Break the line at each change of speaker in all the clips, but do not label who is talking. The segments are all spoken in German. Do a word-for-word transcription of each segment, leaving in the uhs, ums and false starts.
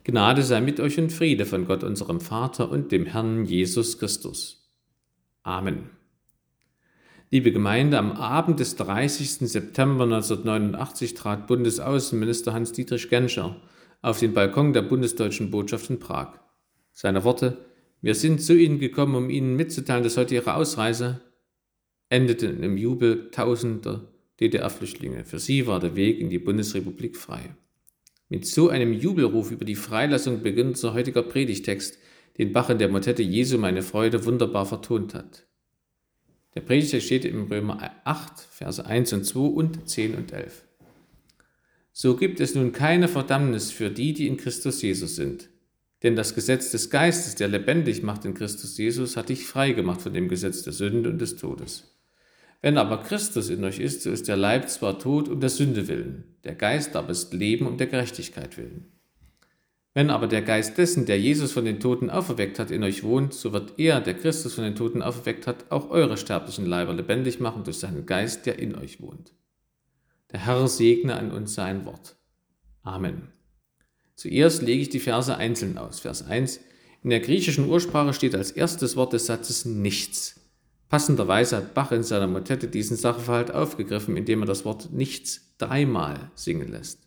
Gnade sei mit euch und Friede von Gott, unserem Vater und dem Herrn Jesus Christus. Amen. Liebe Gemeinde, am Abend des dreißigsten September neunzehnhundertneunundachtzig trat Bundesaußenminister Hans-Dietrich Genscher auf den Balkon der bundesdeutschen Botschaft in Prag. Seine Worte: „Wir sind zu Ihnen gekommen, um Ihnen mitzuteilen, dass heute Ihre Ausreise“, endeten im Jubel tausender D D R-Flüchtlinge. Für sie war der Weg in die Bundesrepublik frei. Mit so einem Jubelruf über die Freilassung beginnt unser heutiger Predigtext, den Bach in der Motette Jesu meine Freude wunderbar vertont hat. Der Predigtext steht im Römer acht, Verse eins und zwei und zehn und elf. So gibt es nun keine Verdammnis für die, die in Christus Jesus sind. Denn das Gesetz des Geistes, der lebendig macht in Christus Jesus, hat dich frei gemacht von dem Gesetz der Sünde und des Todes. Wenn aber Christus in euch ist, so ist der Leib zwar tot um der Sünde willen, der Geist aber ist Leben um der Gerechtigkeit willen. Wenn aber der Geist dessen, der Jesus von den Toten auferweckt hat, in euch wohnt, so wird er, der Christus von den Toten auferweckt hat, auch eure sterblichen Leiber lebendig machen durch seinen Geist, der in euch wohnt. Der Herr segne an uns sein Wort. Amen. Zuerst lege ich die Verse einzeln aus. Vers eins. In der griechischen Ursprache steht als erstes Wort des Satzes nichts. Passenderweise hat Bach in seiner Motette diesen Sachverhalt aufgegriffen, indem er das Wort nichts dreimal singen lässt.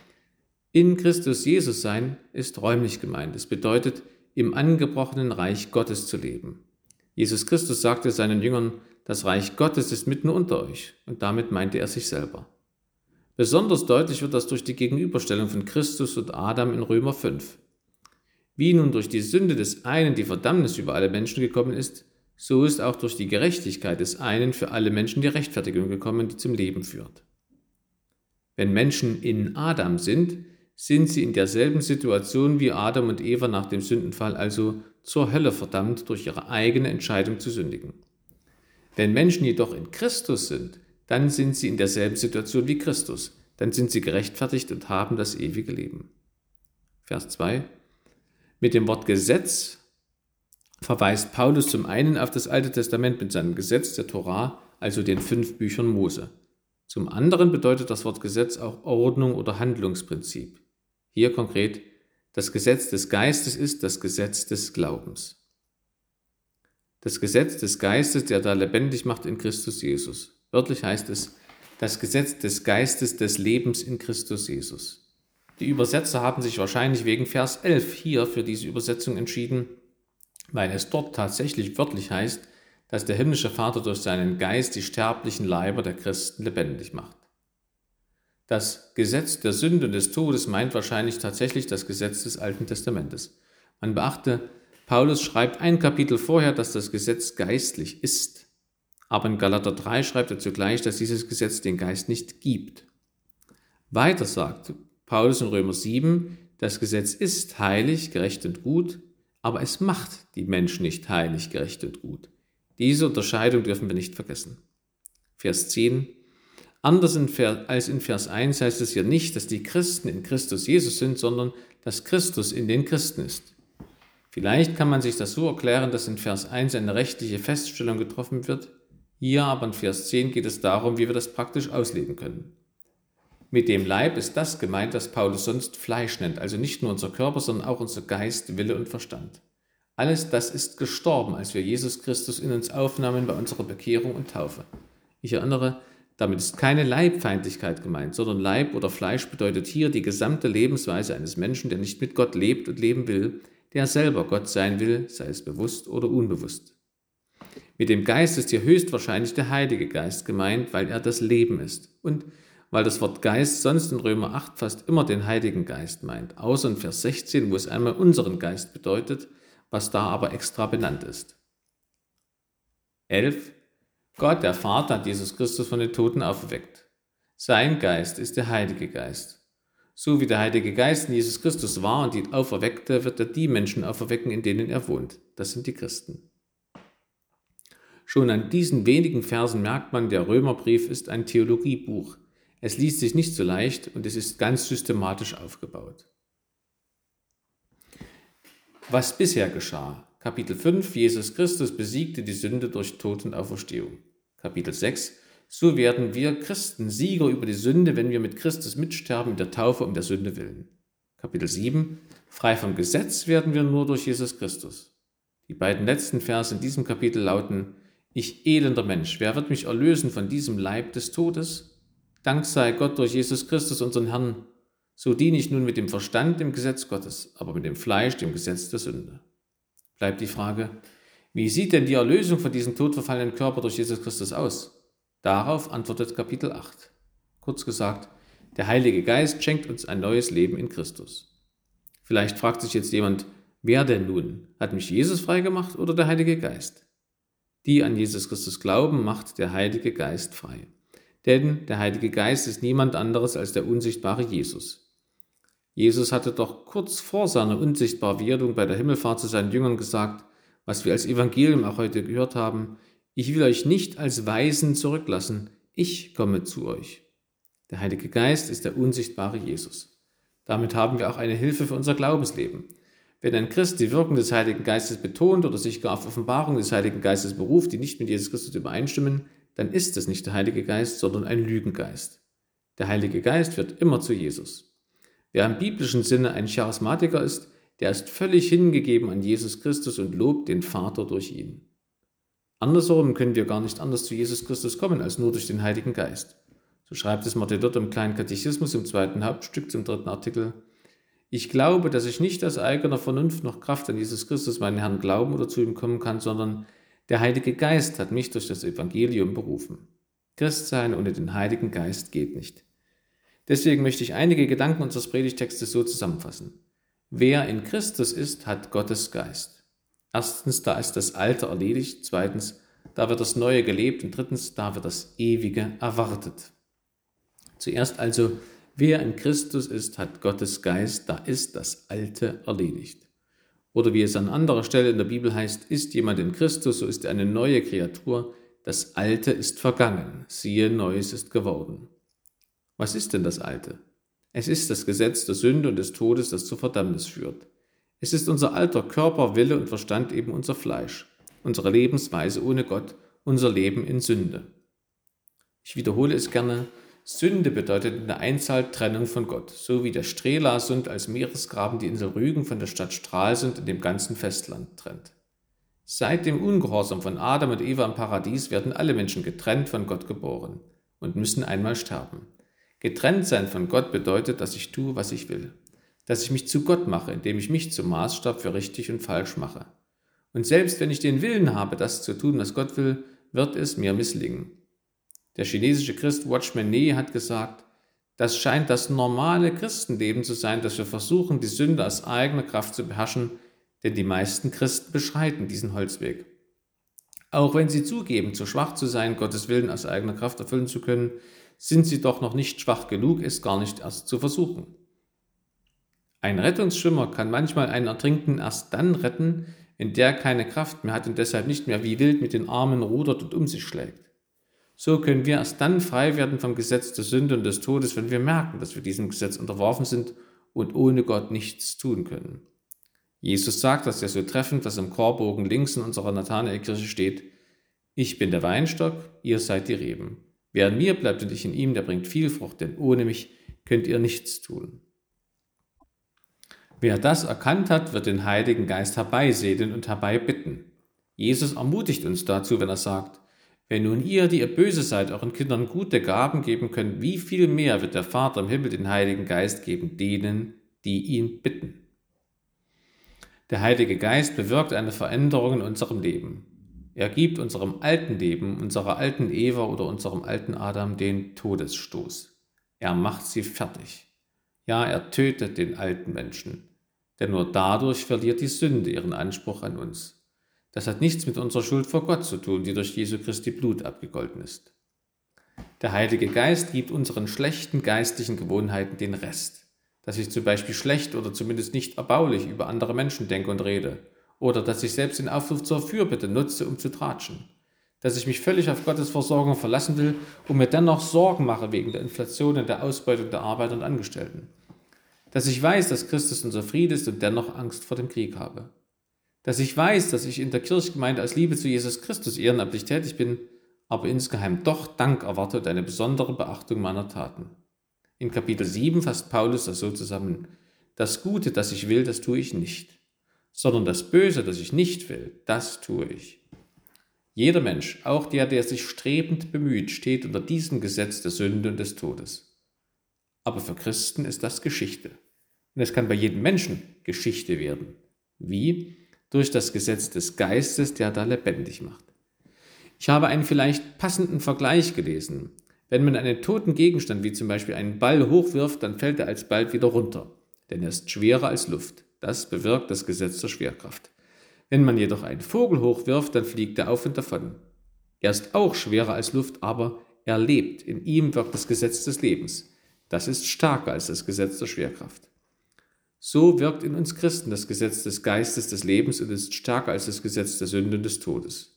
In Christus Jesus sein ist räumlich gemeint. Es bedeutet, im angebrochenen Reich Gottes zu leben. Jesus Christus sagte seinen Jüngern, das Reich Gottes ist mitten unter euch, und damit meinte er sich selber. Besonders deutlich wird das durch die Gegenüberstellung von Christus und Adam in Römer fünf. Wie nun durch die Sünde des einen die Verdammnis über alle Menschen gekommen ist, so ist auch durch die Gerechtigkeit des einen für alle Menschen die Rechtfertigung gekommen, die zum Leben führt. Wenn Menschen in Adam sind, sind sie in derselben Situation wie Adam und Eva nach dem Sündenfall, also zur Hölle verdammt durch ihre eigene Entscheidung zu sündigen. Wenn Menschen jedoch in Christus sind, dann sind sie in derselben Situation wie Christus, dann sind sie gerechtfertigt und haben das ewige Leben. Vers zwei. Mit dem Wort Gesetz verweist Paulus zum einen auf das Alte Testament mit seinem Gesetz der Torah, also den fünf Büchern Mose. Zum anderen bedeutet das Wort Gesetz auch Ordnung oder Handlungsprinzip. Hier konkret, das Gesetz des Geistes ist das Gesetz des Glaubens. Das Gesetz des Geistes, der da lebendig macht in Christus Jesus. Wörtlich heißt es, das Gesetz des Geistes des Lebens in Christus Jesus. Die Übersetzer haben sich wahrscheinlich wegen Vers elf hier für diese Übersetzung entschieden, weil es dort tatsächlich wörtlich heißt, dass der himmlische Vater durch seinen Geist die sterblichen Leiber der Christen lebendig macht. Das Gesetz der Sünde und des Todes meint wahrscheinlich tatsächlich das Gesetz des Alten Testamentes. Man beachte, Paulus schreibt ein Kapitel vorher, dass das Gesetz geistlich ist. Aber in Galater drei schreibt er zugleich, dass dieses Gesetz den Geist nicht gibt. Weiter sagt Paulus in Römer sieben, das Gesetz ist heilig, gerecht und gut, aber es macht die Menschen nicht heilig, gerecht und gut. Diese Unterscheidung dürfen wir nicht vergessen. Vers zehn. Anders in Vers, als in Vers eins heißt es hier nicht, dass die Christen in Christus Jesus sind, sondern dass Christus in den Christen ist. Vielleicht kann man sich das so erklären, dass in Vers eins eine rechtliche Feststellung getroffen wird. Hier aber in Vers zehn geht es darum, wie wir das praktisch auslegen können. Mit dem Leib ist das gemeint, was Paulus sonst Fleisch nennt, also nicht nur unser Körper, sondern auch unser Geist, Wille und Verstand. Alles das ist gestorben, als wir Jesus Christus in uns aufnahmen bei unserer Bekehrung und Taufe. Ich erinnere, damit ist keine Leibfeindlichkeit gemeint, sondern Leib oder Fleisch bedeutet hier die gesamte Lebensweise eines Menschen, der nicht mit Gott lebt und leben will, der selber Gott sein will, sei es bewusst oder unbewusst. Mit dem Geist ist hier höchstwahrscheinlich der Heilige Geist gemeint, weil er das Leben ist und weil das Wort Geist sonst in Römer acht fast immer den Heiligen Geist meint, außer in Vers sechzehn, wo es einmal unseren Geist bedeutet, was da aber extra benannt ist. elf. Gott, der Vater, hat Jesus Christus von den Toten auferweckt. Sein Geist ist der Heilige Geist. So wie der Heilige Geist in Jesus Christus war und ihn auferweckte, wird er die Menschen auferwecken, in denen er wohnt. Das sind die Christen. Schon an diesen wenigen Versen merkt man, der Römerbrief ist ein Theologiebuch. Es liest sich nicht so leicht und es ist ganz systematisch aufgebaut. Was bisher geschah. Kapitel fünf, Jesus Christus besiegte die Sünde durch Tod und Auferstehung. Kapitel sechs, so werden wir Christen Sieger über die Sünde, wenn wir mit Christus mitsterben in der Taufe um der Sünde willen. Kapitel sieben, frei vom Gesetz werden wir nur durch Jesus Christus. Die beiden letzten Verse in diesem Kapitel lauten: Ich elender Mensch, wer wird mich erlösen von diesem Leib des Todes? Dank sei Gott durch Jesus Christus, unseren Herrn. So diene ich nun mit dem Verstand dem Gesetz Gottes, aber mit dem Fleisch dem Gesetz der Sünde. Bleibt die Frage: Wie sieht denn die Erlösung von diesem todverfallenen Körper durch Jesus Christus aus? Darauf antwortet Kapitel acht. Kurz gesagt, der Heilige Geist schenkt uns ein neues Leben in Christus. Vielleicht fragt sich jetzt jemand: Wer denn nun? Hat mich Jesus freigemacht oder der Heilige Geist? Die an Jesus Christus glauben, macht der Heilige Geist frei. Denn der Heilige Geist ist niemand anderes als der unsichtbare Jesus. Jesus hatte doch kurz vor seiner unsichtbaren Werdung bei der Himmelfahrt zu seinen Jüngern gesagt, was wir als Evangelium auch heute gehört haben: Ich will euch nicht als Weisen zurücklassen, ich komme zu euch. Der Heilige Geist ist der unsichtbare Jesus. Damit haben wir auch eine Hilfe für unser Glaubensleben. Wenn ein Christ die Wirkung des Heiligen Geistes betont oder sich gar auf Offenbarung des Heiligen Geistes beruft, die nicht mit Jesus Christus übereinstimmen, dann ist es nicht der Heilige Geist, sondern ein Lügengeist. Der Heilige Geist wird immer zu Jesus. Wer im biblischen Sinne ein Charismatiker ist, der ist völlig hingegeben an Jesus Christus und lobt den Vater durch ihn. Andersherum können wir gar nicht anders zu Jesus Christus kommen, als nur durch den Heiligen Geist. So schreibt es Martin Luther im kleinen Katechismus im zweiten Hauptstück zum dritten Artikel: Ich glaube, dass ich nicht aus eigener Vernunft noch Kraft an Jesus Christus, meinen Herrn, glauben oder zu ihm kommen kann, sondern der Heilige Geist hat mich durch das Evangelium berufen. Christsein ohne den Heiligen Geist geht nicht. Deswegen möchte ich einige Gedanken unseres Predigtextes so zusammenfassen. Wer in Christus ist, hat Gottes Geist. Erstens, da ist das Alte erledigt. Zweitens, da wird das Neue gelebt. Und drittens, da wird das Ewige erwartet. Zuerst also, wer in Christus ist, hat Gottes Geist, da ist das Alte erledigt. Oder wie es an anderer Stelle in der Bibel heißt: Ist jemand in Christus, so ist er eine neue Kreatur. Das Alte ist vergangen, siehe, Neues ist geworden. Was ist denn das Alte? Es ist das Gesetz der Sünde und des Todes, das zur Verdammnis führt. Es ist unser alter Körper, Wille und Verstand, eben unser Fleisch, unsere Lebensweise ohne Gott, unser Leben in Sünde. Ich wiederhole es gerne: Sünde bedeutet in der Einzahl Trennung von Gott, so wie der Strelasund als Meeresgraben die Insel Rügen von der Stadt Stralsund in dem ganzen Festland trennt. Seit dem Ungehorsam von Adam und Eva im Paradies werden alle Menschen getrennt von Gott geboren und müssen einmal sterben. Getrennt sein von Gott bedeutet, dass ich tue, was ich will, dass ich mich zu Gott mache, indem ich mich zum Maßstab für richtig und falsch mache. Und selbst wenn ich den Willen habe, das zu tun, was Gott will, wird es mir misslingen. Der chinesische Christ Watchman Nee hat gesagt: Das scheint das normale Christenleben zu sein, dass wir versuchen, die Sünde aus eigener Kraft zu beherrschen, denn die meisten Christen beschreiten diesen Holzweg. Auch wenn sie zugeben, zu schwach zu sein, Gottes Willen aus eigener Kraft erfüllen zu können, sind sie doch noch nicht schwach genug, es gar nicht erst zu versuchen. Ein Rettungsschwimmer kann manchmal einen Ertrinkenden erst dann retten, wenn der keine Kraft mehr hat und deshalb nicht mehr wie wild mit den Armen rudert und um sich schlägt. So können wir erst dann frei werden vom Gesetz der Sünde und des Todes, wenn wir merken, dass wir diesem Gesetz unterworfen sind und ohne Gott nichts tun können. Jesus sagt das ja so treffend, was im Chorbogen links in unserer Nathanaelkirche steht: Ich bin der Weinstock, ihr seid die Reben. Wer in mir bleibt und ich in ihm, der bringt viel Frucht, denn ohne mich könnt ihr nichts tun. Wer das erkannt hat, wird den Heiligen Geist herbeisehnen und herbeibitten. Jesus ermutigt uns dazu, wenn er sagt: Wenn nun ihr, die ihr böse seid, euren Kindern gute Gaben geben könnt, wie viel mehr wird der Vater im Himmel den Heiligen Geist geben denen, die ihn bitten. Der Heilige Geist bewirkt eine Veränderung in unserem Leben. Er gibt unserem alten Leben, unserer alten Eva oder unserem alten Adam den Todesstoß. Er macht sie fertig. Ja, er tötet den alten Menschen. Denn nur dadurch verliert die Sünde ihren Anspruch an uns. Das hat nichts mit unserer Schuld vor Gott zu tun, die durch Jesu Christi Blut abgegolten ist. Der Heilige Geist gibt unseren schlechten geistlichen Gewohnheiten den Rest, dass ich zum Beispiel schlecht oder zumindest nicht erbaulich über andere Menschen denke und rede, oder dass ich selbst den Aufruf zur Fürbitte nutze, um zu tratschen, dass ich mich völlig auf Gottes Versorgung verlassen will und mir dennoch Sorgen mache wegen der Inflation und der Ausbeutung der Arbeiter und Angestellten, dass ich weiß, dass Christus unser Friede ist und dennoch Angst vor dem Krieg habe, dass ich weiß, dass ich in der Kirchgemeinde aus Liebe zu Jesus Christus ehrenamtlich tätig bin, aber insgeheim doch Dank erwarte und eine besondere Beachtung meiner Taten. In Kapitel sieben fasst Paulus das so zusammen: Das Gute, das ich will, das tue ich nicht, sondern das Böse, das ich nicht will, das tue ich. Jeder Mensch, auch der, der sich strebend bemüht, steht unter diesem Gesetz der Sünde und des Todes. Aber für Christen ist das Geschichte. Und es kann bei jedem Menschen Geschichte werden. Wie? Durch das Gesetz des Geistes, der da lebendig macht. Ich habe einen vielleicht passenden Vergleich gelesen. Wenn man einen toten Gegenstand, wie zum Beispiel einen Ball, hochwirft, dann fällt er alsbald wieder runter, denn er ist schwerer als Luft. Das bewirkt das Gesetz der Schwerkraft. Wenn man jedoch einen Vogel hochwirft, dann fliegt er auf und davon. Er ist auch schwerer als Luft, aber er lebt. In ihm wirkt das Gesetz des Lebens. Das ist stärker als das Gesetz der Schwerkraft. So wirkt in uns Christen das Gesetz des Geistes des Lebens und ist stärker als das Gesetz der Sünde und des Todes.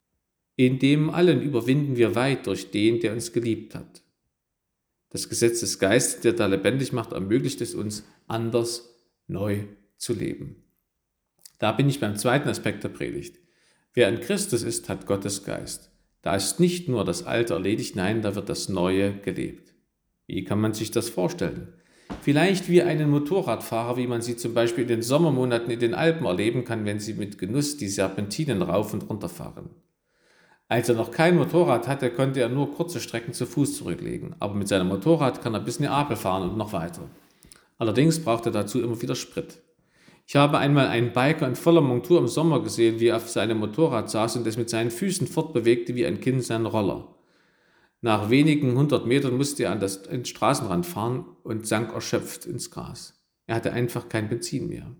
In dem allen überwinden wir weit durch den, der uns geliebt hat. Das Gesetz des Geistes, der da lebendig macht, ermöglicht es uns, anders, neu zu leben. Da bin ich beim zweiten Aspekt der Predigt. Wer in Christus ist, hat Gottes Geist. Da ist nicht nur das Alte erledigt, nein, da wird das Neue gelebt. Wie kann man sich das vorstellen? Vielleicht wie einen Motorradfahrer, wie man sie zum Beispiel in den Sommermonaten in den Alpen erleben kann, wenn sie mit Genuss die Serpentinen rauf und runter fahren. Als er noch kein Motorrad hatte, konnte er nur kurze Strecken zu Fuß zurücklegen, aber mit seinem Motorrad kann er bis Neapel fahren und noch weiter. Allerdings braucht er dazu immer wieder Sprit. Ich habe einmal einen Biker in voller Montur im Sommer gesehen, wie er auf seinem Motorrad saß und es mit seinen Füßen fortbewegte wie ein Kind seinen Roller. Nach wenigen hundert Metern musste er an das, den Straßenrand fahren und sank erschöpft ins Gras. Er hatte einfach kein Benzin mehr.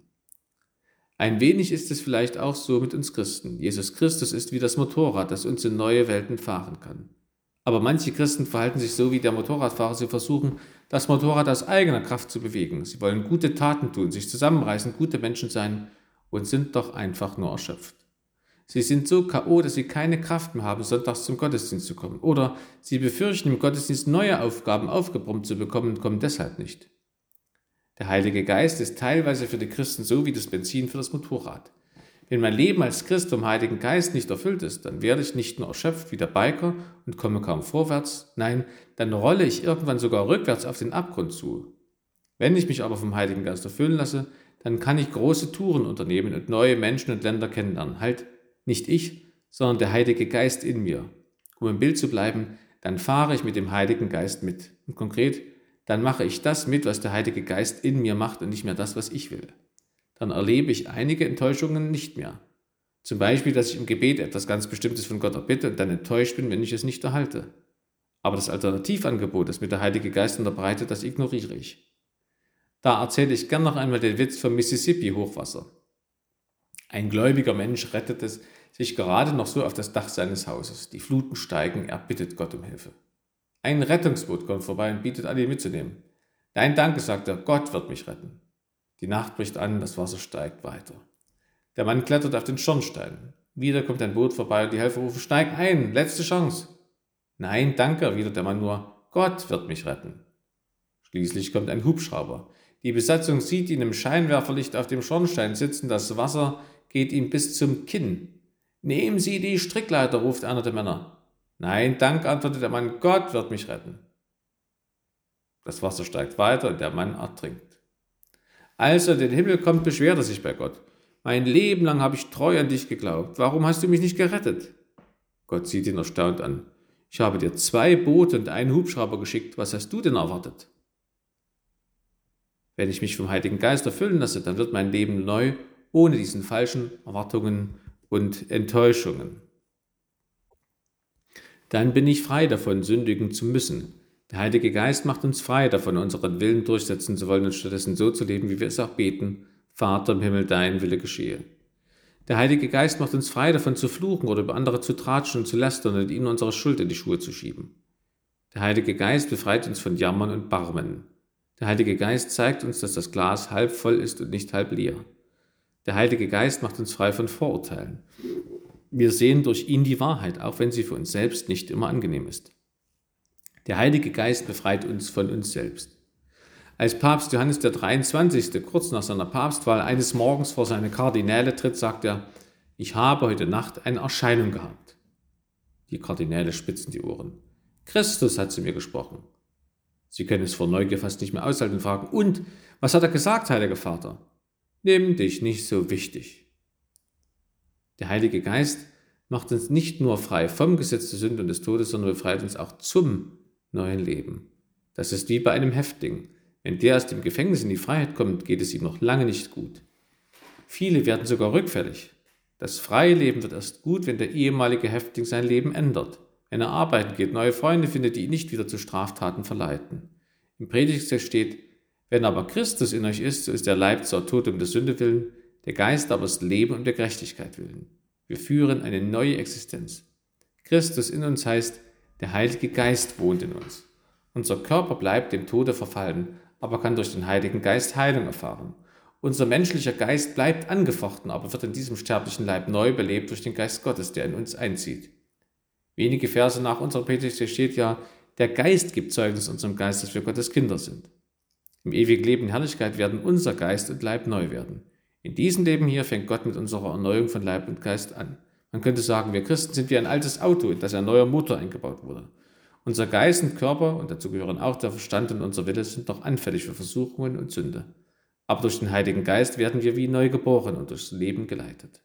Ein wenig ist es vielleicht auch so mit uns Christen. Jesus Christus ist wie das Motorrad, das uns in neue Welten fahren kann. Aber manche Christen verhalten sich so wie der Motorradfahrer. Sie versuchen, das Motorrad aus eigener Kraft zu bewegen. Sie wollen gute Taten tun, sich zusammenreißen, gute Menschen sein und sind doch einfach nur erschöpft. Sie sind so K O, dass sie keine Kraft mehr haben, sonntags zum Gottesdienst zu kommen. Oder sie befürchten, im Gottesdienst neue Aufgaben aufgebrummt zu bekommen und kommen deshalb nicht. Der Heilige Geist ist teilweise für die Christen so wie das Benzin für das Motorrad. Wenn mein Leben als Christ vom Heiligen Geist nicht erfüllt ist, dann werde ich nicht nur erschöpft wie der Biker und komme kaum vorwärts, nein, dann rolle ich irgendwann sogar rückwärts auf den Abgrund zu. Wenn ich mich aber vom Heiligen Geist erfüllen lasse, dann kann ich große Touren unternehmen und neue Menschen und Länder kennenlernen. Halt, nicht ich, sondern der Heilige Geist in mir. Um im Bild zu bleiben, dann fahre ich mit dem Heiligen Geist mit. Und konkret, dann mache ich das mit, was der Heilige Geist in mir macht und nicht mehr das, was ich will. Dann erlebe ich einige Enttäuschungen nicht mehr. Zum Beispiel, dass ich im Gebet etwas ganz Bestimmtes von Gott erbitte und dann enttäuscht bin, wenn ich es nicht erhalte. Aber das Alternativangebot, das mir der Heilige Geist unterbreitet, das ignoriere ich. Da erzähle ich gern noch einmal den Witz vom Mississippi-Hochwasser. Ein gläubiger Mensch rettet es sich gerade noch so auf das Dach seines Hauses. Die Fluten steigen, er bittet Gott um Hilfe. Ein Rettungsboot kommt vorbei und bietet an, ihn mitzunehmen. Nein, danke, sagt er, Gott wird mich retten. Die Nacht bricht an, das Wasser steigt weiter. Der Mann klettert auf den Schornstein. Wieder kommt ein Boot vorbei und die Helfer rufen, steig ein, letzte Chance. Nein, danke, erwidert der Mann nur, Gott wird mich retten. Schließlich kommt ein Hubschrauber. Die Besatzung sieht ihn im Scheinwerferlicht auf dem Schornstein sitzen, das Wasser geht ihm bis zum Kinn. Nehmen Sie die Strickleiter, ruft einer der Männer. Nein, danke, antwortet der Mann, Gott wird mich retten. Das Wasser steigt weiter und der Mann ertrinkt. Als er in den Himmel kommt, beschwert er sich bei Gott. Mein Leben lang habe ich treu an dich geglaubt. Warum hast du mich nicht gerettet? Gott sieht ihn erstaunt an. Ich habe dir zwei Boote und einen Hubschrauber geschickt. Was hast du denn erwartet? Wenn ich mich vom Heiligen Geist erfüllen lasse, dann wird mein Leben neu, ohne diesen falschen Erwartungen und Enttäuschungen. Dann bin ich frei davon, sündigen zu müssen. Der Heilige Geist macht uns frei davon, unseren Willen durchsetzen zu wollen und stattdessen so zu leben, wie wir es auch beten. Vater im Himmel, dein Wille geschehe. Der Heilige Geist macht uns frei davon, zu fluchen oder über andere zu tratschen und zu lästern und ihnen unsere Schuld in die Schuhe zu schieben. Der Heilige Geist befreit uns von Jammern und Barmen. Der Heilige Geist zeigt uns, dass das Glas halb voll ist und nicht halb leer. Der Heilige Geist macht uns frei von Vorurteilen. Wir sehen durch ihn die Wahrheit, auch wenn sie für uns selbst nicht immer angenehm ist. Der Heilige Geist befreit uns von uns selbst. Als Papst Johannes der dreiundzwanzigste kurz nach seiner Papstwahl eines Morgens vor seine Kardinäle tritt, sagt er, ich habe heute Nacht eine Erscheinung gehabt. Die Kardinäle spitzen die Ohren. Christus hat zu mir gesprochen. Sie können es vor Neugier fast nicht mehr aushalten und fragen, und, was hat er gesagt, Heiliger Vater? Nimm dich nicht so wichtig. Der Heilige Geist macht uns nicht nur frei vom Gesetz der Sünde und des Todes, sondern befreit uns auch zum neuen Leben. Das ist wie bei einem Häftling. Wenn der aus dem Gefängnis in die Freiheit kommt, geht es ihm noch lange nicht gut. Viele werden sogar rückfällig. Das freie Leben wird erst gut, wenn der ehemalige Häftling sein Leben ändert, wenn er arbeiten geht, neue Freunde findet, die ihn nicht wieder zu Straftaten verleiten. Im Predigtext steht, wenn aber Christus in euch ist, so ist der Leib zwar tot um der Sünde willen, der Geist aber ist Leben um der Gerechtigkeit willen. Wir führen eine neue Existenz. Christus in uns heißt, der Heilige Geist wohnt in uns. Unser Körper bleibt dem Tode verfallen, aber kann durch den Heiligen Geist Heilung erfahren. Unser menschlicher Geist bleibt angefochten, aber wird in diesem sterblichen Leib neu belebt durch den Geist Gottes, der in uns einzieht. Wenige Verse nach unserer Predigt steht ja, der Geist gibt Zeugnis unserem Geist, dass wir Gottes Kinder sind. Im ewigen Leben in Herrlichkeit werden unser Geist und Leib neu werden. In diesem Leben hier fängt Gott mit unserer Erneuerung von Leib und Geist an. Man könnte sagen, wir Christen sind wie ein altes Auto, in das ein neuer Motor eingebaut wurde. Unser Geist und Körper, und dazu gehören auch der Verstand und unser Wille, sind noch anfällig für Versuchungen und Sünde. Aber durch den Heiligen Geist werden wir wie neu geboren und durchs Leben geleitet.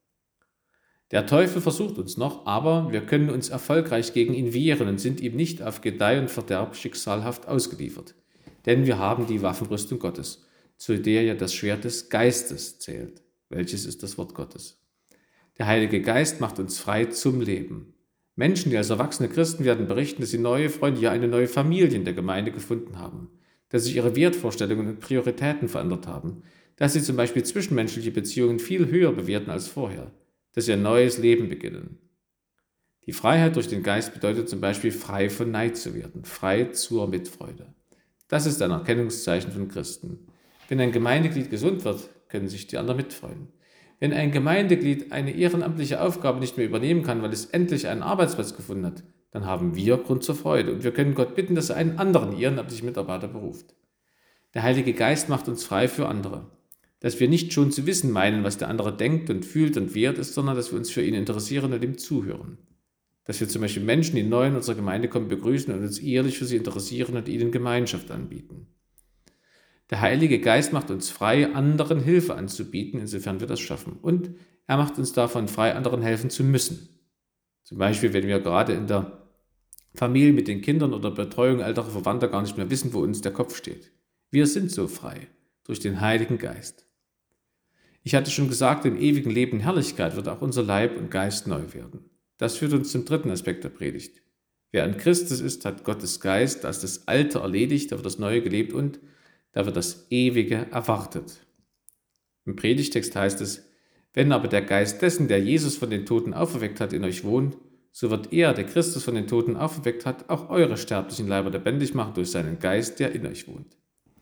Der Teufel versucht uns noch, aber wir können uns erfolgreich gegen ihn wehren und sind ihm nicht auf Gedeih und Verderb schicksalhaft ausgeliefert. Denn wir haben die Waffenrüstung Gottes, zu der ja das Schwert des Geistes zählt, welches ist das Wort Gottes. Der Heilige Geist macht uns frei zum Leben. Menschen, die als erwachsene Christen werden berichten, dass sie neue Freunde, ja eine neue Familie in der Gemeinde gefunden haben, dass sich ihre Wertvorstellungen und Prioritäten verändert haben, dass sie zum Beispiel zwischenmenschliche Beziehungen viel höher bewerten als vorher, dass sie ein neues Leben beginnen. Die Freiheit durch den Geist bedeutet zum Beispiel, frei von Neid zu werden, frei zur Mitfreude. Das ist ein Erkennungszeichen von Christen. Wenn ein Gemeindeglied gesund wird, können sich die anderen mitfreuen. Wenn ein Gemeindeglied eine ehrenamtliche Aufgabe nicht mehr übernehmen kann, weil es endlich einen Arbeitsplatz gefunden hat, dann haben wir Grund zur Freude und wir können Gott bitten, dass er einen anderen ehrenamtlichen Mitarbeiter beruft. Der Heilige Geist macht uns frei für andere. Dass wir nicht schon zu wissen meinen, was der andere denkt und fühlt und wert ist, sondern dass wir uns für ihn interessieren und ihm zuhören. Dass wir zum Beispiel Menschen, die neu in unsere Gemeinde kommen, begrüßen und uns ehrlich für sie interessieren und ihnen Gemeinschaft anbieten. Der Heilige Geist macht uns frei, anderen Hilfe anzubieten, insofern wir das schaffen. Und er macht uns davon frei, anderen helfen zu müssen. Zum Beispiel, wenn wir gerade in der Familie mit den Kindern oder Betreuung älterer Verwandter gar nicht mehr wissen, wo uns der Kopf steht. Wir sind so frei, durch den Heiligen Geist. Ich hatte schon gesagt, im ewigen Leben in Herrlichkeit wird auch unser Leib und Geist neu werden. Das führt uns zum dritten Aspekt der Predigt. Wer an Christus ist, hat Gottes Geist, da ist das Alte erledigt, da wird das Neue gelebt und da wird das Ewige erwartet. Im Predigtext heißt es, wenn aber der Geist dessen, der Jesus von den Toten auferweckt hat, in euch wohnt, so wird er, der Christus von den Toten auferweckt hat, auch eure sterblichen Leiber lebendig machen durch seinen Geist, der in euch wohnt.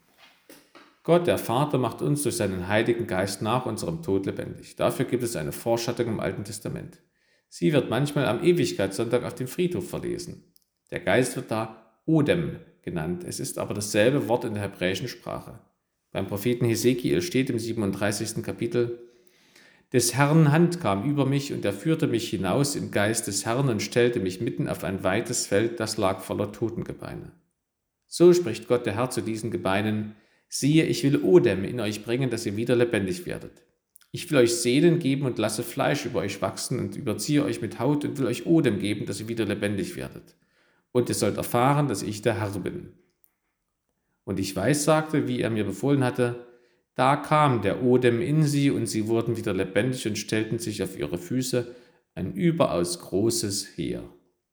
Gott, der Vater, macht uns durch seinen Heiligen Geist nach unserem Tod lebendig. Dafür gibt es eine Vorschattung im Alten Testament. Sie wird manchmal am Ewigkeitssonntag auf dem Friedhof verlesen. Der Geist wird da Odem genannt. Es ist aber dasselbe Wort in der hebräischen Sprache. Beim Propheten Hesekiel steht im siebenunddreißigsten Kapitel, des Herrn Hand kam über mich und er führte mich hinaus im Geist des Herrn und stellte mich mitten auf ein weites Feld, das lag voller Totengebeine. So spricht Gott der Herr zu diesen Gebeinen, siehe, ich will Odem in euch bringen, dass ihr wieder lebendig werdet. Ich will euch Sehnen geben und lasse Fleisch über euch wachsen und überziehe euch mit Haut und will euch Odem geben, dass ihr wieder lebendig werdet. Und ihr sollt erfahren, dass ich der Herr bin. Und ich weissagte, wie er mir befohlen hatte, da kam der Odem in sie und sie wurden wieder lebendig und stellten sich auf ihre Füße, ein überaus großes Heer.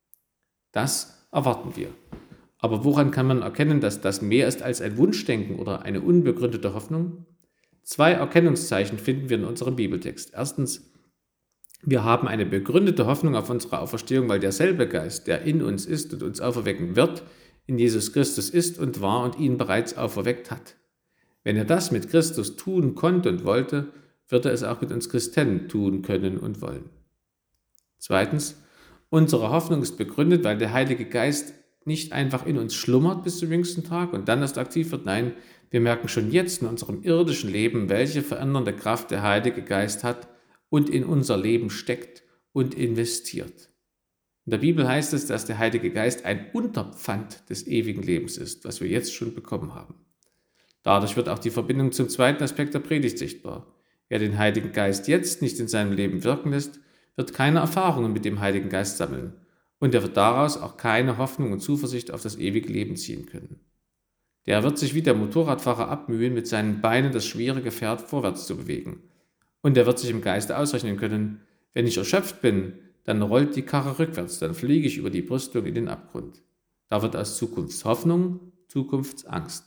Das erwarten wir. Aber woran kann man erkennen, dass das mehr ist als ein Wunschdenken oder eine unbegründete Hoffnung? Zwei Erkennungszeichen finden wir in unserem Bibeltext. Erstens, wir haben eine begründete Hoffnung auf unsere Auferstehung, weil derselbe Geist, der in uns ist und uns auferwecken wird, in Jesus Christus ist und war und ihn bereits auferweckt hat. Wenn er das mit Christus tun konnte und wollte, wird er es auch mit uns Christen tun können und wollen. Zweitens, unsere Hoffnung ist begründet, weil der Heilige Geist nicht einfach in uns schlummert bis zum jüngsten Tag und dann erst aktiv wird. Nein, wir merken schon jetzt in unserem irdischen Leben, welche verändernde Kraft der Heilige Geist hat und in unser Leben steckt und investiert. In der Bibel heißt es, dass der Heilige Geist ein Unterpfand des ewigen Lebens ist, was wir jetzt schon bekommen haben. Dadurch wird auch die Verbindung zum zweiten Aspekt der Predigt sichtbar. Wer den Heiligen Geist jetzt nicht in seinem Leben wirken lässt, wird keine Erfahrungen mit dem Heiligen Geist sammeln und er wird daraus auch keine Hoffnung und Zuversicht auf das ewige Leben ziehen können. Der wird sich wie der Motorradfahrer abmühen, mit seinen Beinen das schwere Gefährt vorwärts zu bewegen. Und er wird sich im Geiste ausrechnen können, wenn ich erschöpft bin, dann rollt die Karre rückwärts, dann fliege ich über die Brüstung in den Abgrund. Da wird aus Zukunftshoffnung Zukunftsangst.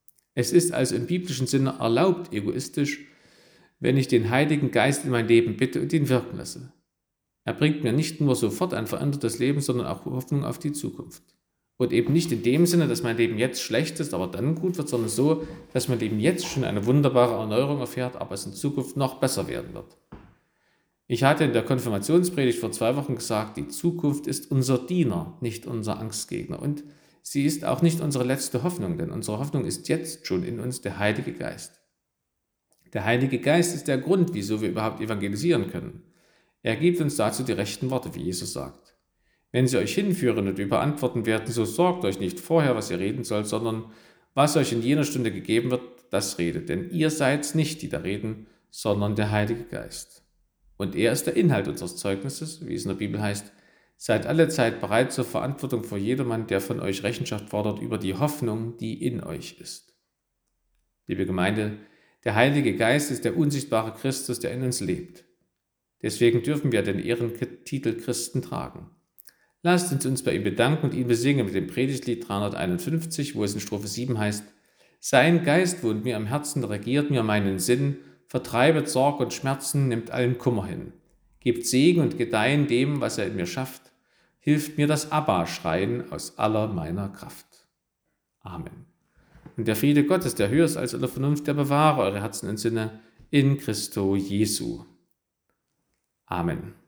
Es ist also im biblischen Sinne erlaubt, egoistisch, wenn ich den Heiligen Geist in mein Leben bitte und ihn wirken lasse. Er bringt mir nicht nur sofort ein verändertes Leben, sondern auch Hoffnung auf die Zukunft. Und eben nicht in dem Sinne, dass mein Leben jetzt schlecht ist, aber dann gut wird, sondern so, dass mein Leben jetzt schon eine wunderbare Erneuerung erfährt, aber es in Zukunft noch besser werden wird. Ich hatte in der Konfirmationspredigt vor zwei Wochen gesagt, die Zukunft ist unser Diener, nicht unser Angstgegner. Und sie ist auch nicht unsere letzte Hoffnung, denn unsere Hoffnung ist jetzt schon in uns der Heilige Geist. Der Heilige Geist ist der Grund, wieso wir überhaupt evangelisieren können. Er gibt uns dazu die rechten Worte, wie Jesus sagt. Wenn sie euch hinführen und überantworten werden, so sorgt euch nicht vorher, was ihr reden sollt, sondern was euch in jener Stunde gegeben wird, das redet. Denn ihr seid nicht die da reden, sondern der Heilige Geist. Und er ist der Inhalt unseres Zeugnisses, wie es in der Bibel heißt, seid alle Zeit bereit zur Verantwortung vor jedermann, der von euch Rechenschaft fordert über die Hoffnung, die in euch ist. Liebe Gemeinde, der Heilige Geist ist der unsichtbare Christus, der in uns lebt. Deswegen dürfen wir den Ehrentitel Christen tragen. Lasst uns uns bei ihm bedanken und ihn besingen mit dem Predigtlied dreihunderteinundfünfzig, wo es in Strophe sieben heißt: Sein Geist wohnt mir am Herzen, regiert mir meinen Sinn, vertreibet Sorg und Schmerzen, nimmt allen Kummer hin, gibt Segen und Gedeihen dem, was er in mir schafft, hilft mir das Abba-Schreien aus aller meiner Kraft. Amen. Und der Friede Gottes, der höher ist als alle Vernunft, der bewahre eure Herzen und Sinne in Christo Jesu. Amen.